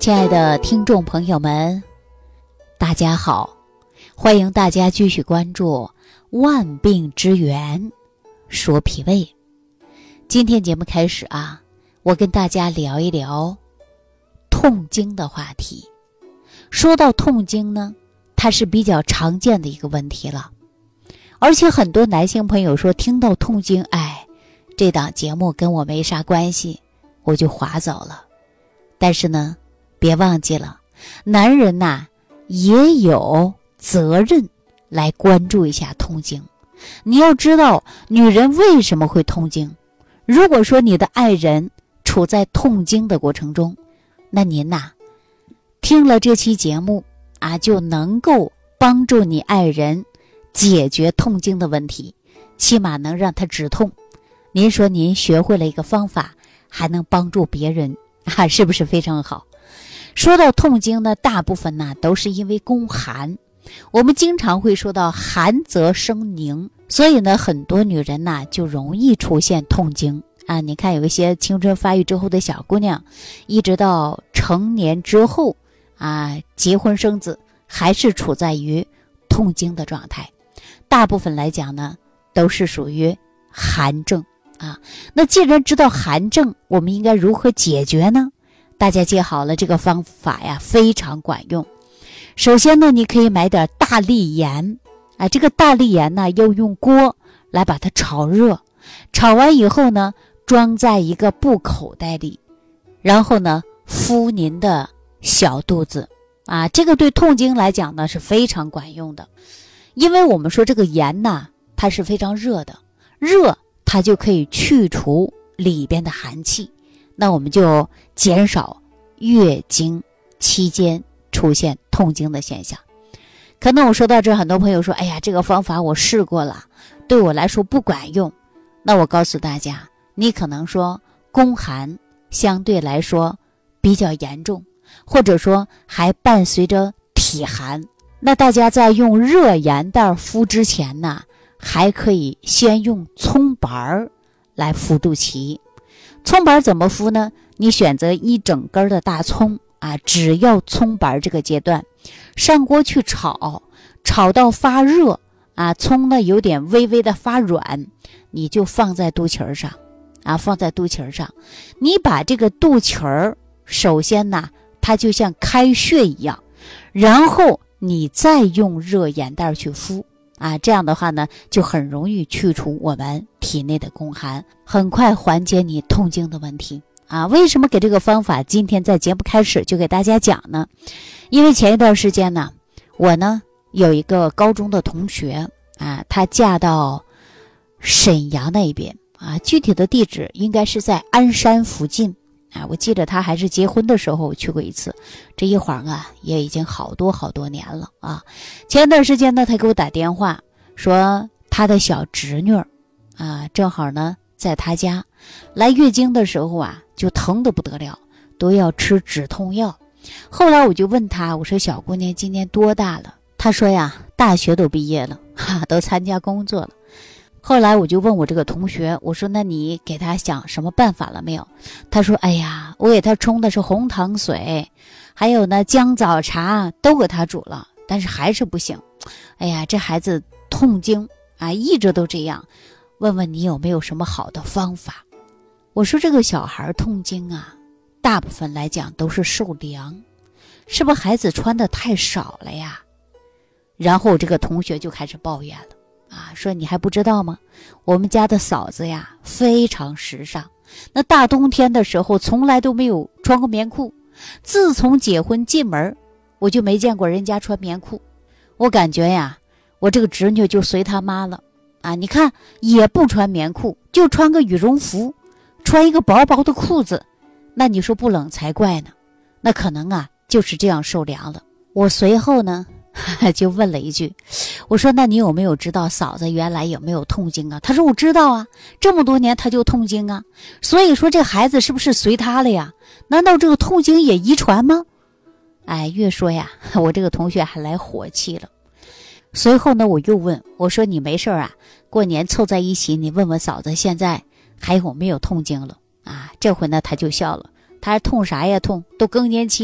亲爱的听众朋友们，大家好，欢迎大家继续关注万病之源说脾胃。今天节目开始啊，我跟大家聊一聊痛经的话题。说到痛经呢，它是比较常见的一个问题了，而且很多男性朋友说听到痛经，这档节目跟我没啥关系，我就划走了。但是呢，别忘记了，男人呐，也有责任来关注一下痛经。你要知道女人为什么会痛经，如果说你的爱人处在痛经的过程中，那您呐，听了这期节目啊，就能够帮助你爱人解决痛经的问题，起码能让他止痛。您说您学会了一个方法，还能帮助别人啊，是不是非常好？说到痛经呢，大部分呢都是因为宫寒。我们经常会说到寒则生凝，所以呢，很多女人呢就容易出现痛经啊。你看有一些青春发育之后的小姑娘，一直到成年之后啊，结婚生子，还是处在于痛经的状态。大部分来讲呢，都是属于寒症啊。那既然知道寒症，我们应该如何解决呢？大家记好了，这个方法呀非常管用。首先呢，你可以买点大力盐啊，这个大力盐呢要用锅来把它炒热，炒完以后呢，装在一个布口袋里，然后呢敷您的小肚子啊。这个对痛经来讲呢是非常管用的，因为我们说这个盐呢，它是非常热的，热它就可以去除里边的寒气，那我们就减少月经期间出现痛经的现象。可能我说到这，很多朋友说，哎呀，这个方法我试过了，对我来说不管用。那我告诉大家，你可能说宫寒相对来说比较严重，或者说还伴随着体寒，那大家在用热盐袋敷之前呢，还可以先用葱白来敷肚脐。葱白怎么敷呢？你选择一整根的大葱啊，只要葱白这个阶段，上锅去炒，炒到发热啊，葱呢有点微微的发软，你就放在肚脐上啊，放在肚脐上。你把这个肚脐首先呢，它就像开穴一样，然后你再用热盐袋去敷啊，这样的话呢，就很容易去除我们体内的宫寒，很快缓解你痛经的问题啊。为什么给这个方法今天在节目开始就给大家讲呢？因为前一段时间呢，我呢有一个高中的同学啊，她嫁到沈阳那边啊，具体的地址应该是在鞍山附近啊。我记得她还是结婚的时候去过一次，这一晃啊也已经好多年了啊。前段时间呢，她给我打电话说她的小侄女啊，正好呢在她家来月经的时候啊，就疼得不得了，都要吃止痛药。后来我就问她，我说小姑娘今年多大了？她说呀，大学都毕业了都参加工作了。后来我就问我这个同学，我说那你给她想什么办法了没有？她说哎呀，我给她冲的是红糖水，还有呢姜枣茶都给她煮了，但是还是不行。哎呀，这孩子痛经啊，一直都这样，问问你有没有什么好的方法。我说这个小孩痛经啊，大部分来讲都是受凉，是不是孩子穿的太少了呀？然后这个同学就开始抱怨了啊，说你还不知道吗？我们家的嫂子呀非常时尚，那大冬天的时候从来都没有穿过棉裤，自从结婚进门我就没见过人家穿棉裤。我感觉呀，我这个侄女就随她妈了啊，你看也不穿棉裤，就穿个羽绒服，穿一个薄薄的裤子，那你说不冷才怪呢。那可能啊就是这样受凉了。我随后呢就问了一句，我说那你有没有知道嫂子原来有没有痛经啊？他说我知道啊，这么多年他就痛经啊，所以说这孩子是不是随他了呀？难道这个痛经也遗传吗？越说呀，我这个同学还来火气了。随后呢，我又问，我说你没事啊，过年凑在一起，你问问嫂子现在还有没有痛经了啊？这回呢他就笑了，他还痛啥呀痛，都更年期了，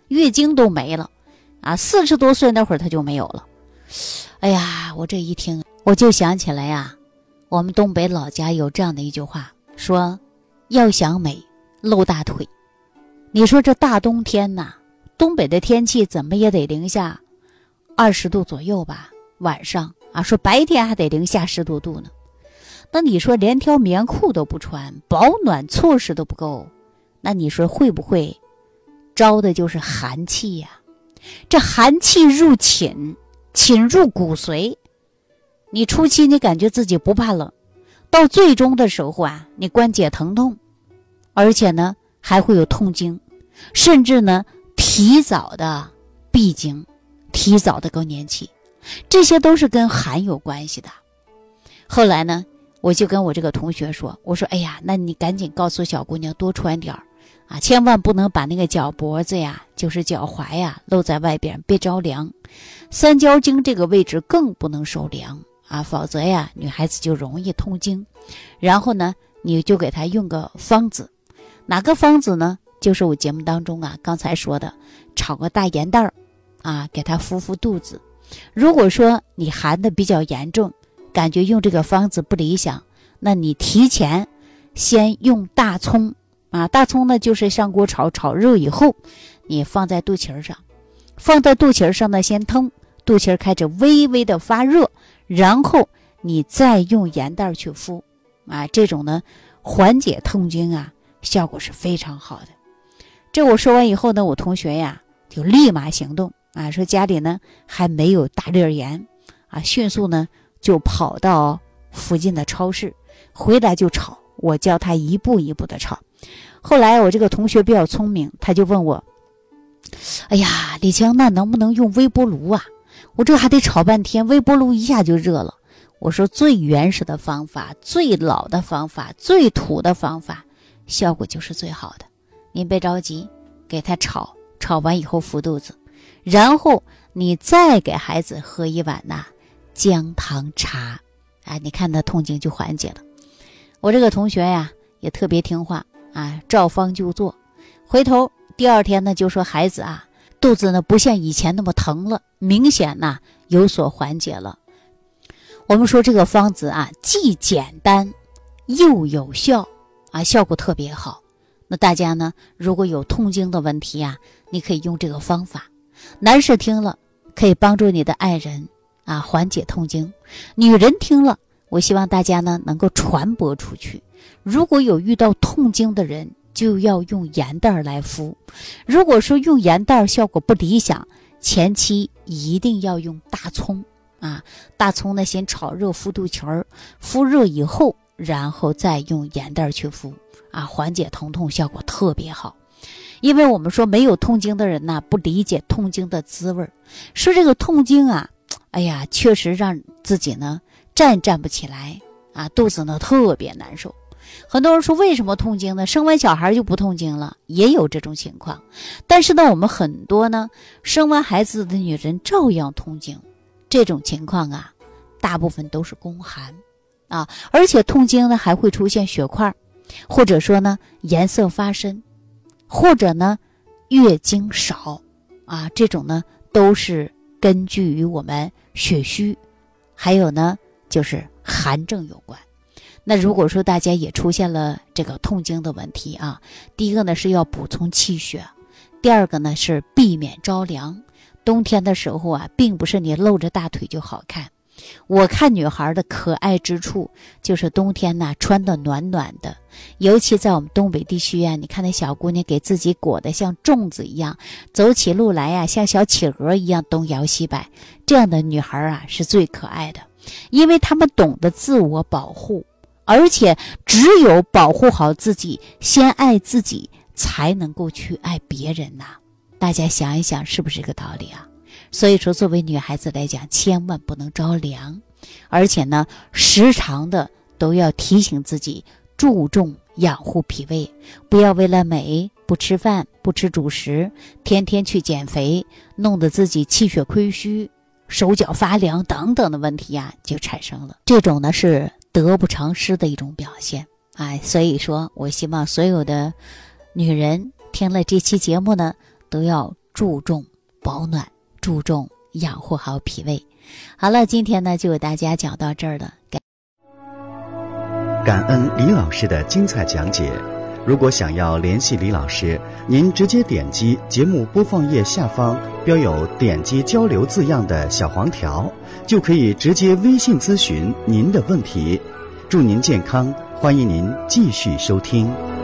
月经都没了啊，40多岁那会儿她就没有了。哎呀，我这一听我就想起来呀，我们东北老家有这样的一句话，说要想美露大腿。你说这大冬天呐，东北的天气怎么也得零下20度左右吧，晚上啊，说白天还得零下10多度呢。那你说连条棉裤都不穿，保暖措施都不够，那你说会不会招的就是寒气呀？这寒气入侵，侵入骨髓，你初期你感觉自己不怕冷，到最终的时候啊，你关节疼痛，而且呢还会有痛经，甚至呢提早的闭经，提早的更年期，这些都是跟寒有关系的。后来呢，我就跟我这个同学说，我说哎呀，那你赶紧告诉小姑娘多穿点啊，千万不能把那个脚脖子呀，就是脚踝呀露在外边，别着凉。三焦经这个位置更不能受凉啊，否则呀女孩子就容易痛经。然后呢，你就给她用个方子，哪个方子呢？就是我节目当中啊刚才说的，炒个大盐袋啊，给她敷敷肚子。如果说你寒的比较严重，感觉用这个方子不理想，那你提前先用大葱啊，大葱呢就是上锅炒，炒热以后你放在肚脐上，放在肚脐上呢先腾，肚脐开始微微的发热，然后你再用盐袋去敷啊，这种呢缓解痛经啊，效果是非常好的。这我说完以后呢，我同学呀就立马行动啊，说家里呢还没有大粒盐啊，迅速呢就跑到附近的超市，回来就炒，我教他一步一步的炒。后来我这个同学比较聪明，他就问我，哎呀，李强，那能不能用微波炉啊？我这还得炒半天，微波炉一下就热了。我说最原始的方法，最老的方法，最土的方法，效果就是最好的。您别着急，给他炒，炒完以后敷肚子，然后你再给孩子喝一碗姜糖茶啊，你看他痛经就缓解了。我这个同学呀也特别听话啊，照方就做。回头第二天呢就说孩子啊，肚子呢不像以前那么疼了，明显有所缓解了。我们说这个方子啊，既简单又有效啊，效果特别好。那大家呢如果有痛经的问题啊，你可以用这个方法。男士听了可以帮助你的爱人啊缓解痛经，女人听了，我希望大家呢能够传播出去。如果有遇到痛经的人，就要用盐袋来敷。如果说用盐袋效果不理想，前期一定要用大葱啊，大葱呢先炒热敷肚脐儿，敷热以后，然后再用盐袋去敷啊，缓解疼痛效果特别好。因为我们说没有痛经的人不理解痛经的滋味，说这个痛经啊，哎呀，确实让自己呢站不起来啊，肚子呢特别难受。很多人说为什么痛经呢？生完小孩就不痛经了，也有这种情况。但是呢，我们很多呢生完孩子的女人照样痛经，这种情况啊，大部分都是宫寒啊，而且痛经呢还会出现血块，或者说呢颜色发深，或者呢月经少啊，这种呢都是根据于我们血虚，还有呢就是寒症有关。那如果说大家也出现了这个痛经的问题啊，第一个呢是要补充气血，第二个呢是避免着凉。冬天的时候啊，并不是你露着大腿就好看。我看女孩的可爱之处就是冬天穿得暖暖的，尤其在我们东北地区啊，你看那小姑娘给自己裹得像粽子一样，走起路来啊像小企鹅一样东摇西摆，这样的女孩啊是最可爱的，因为她们懂得自我保护，而且只有保护好自己，先爱自己，才能够去爱别人大家想一想，是不是这个道理啊？所以说作为女孩子来讲，千万不能着凉，而且呢时常的都要提醒自己注重养护脾胃，不要为了美不吃饭不吃主食，天天去减肥，弄得自己气血亏虚，手脚发凉等等的问题就产生了。这种呢是得不偿失的一种表现所以说我希望所有的女人听了这期节目呢，都要注重保暖，注重养护好脾胃。好了，今天呢就给大家讲到这儿了。 感恩李老师的精彩讲解。如果想要联系李老师，您直接点击节目播放页下方标有点击交流字样的小黄条，就可以直接微信咨询您的问题。祝您健康，欢迎您继续收听。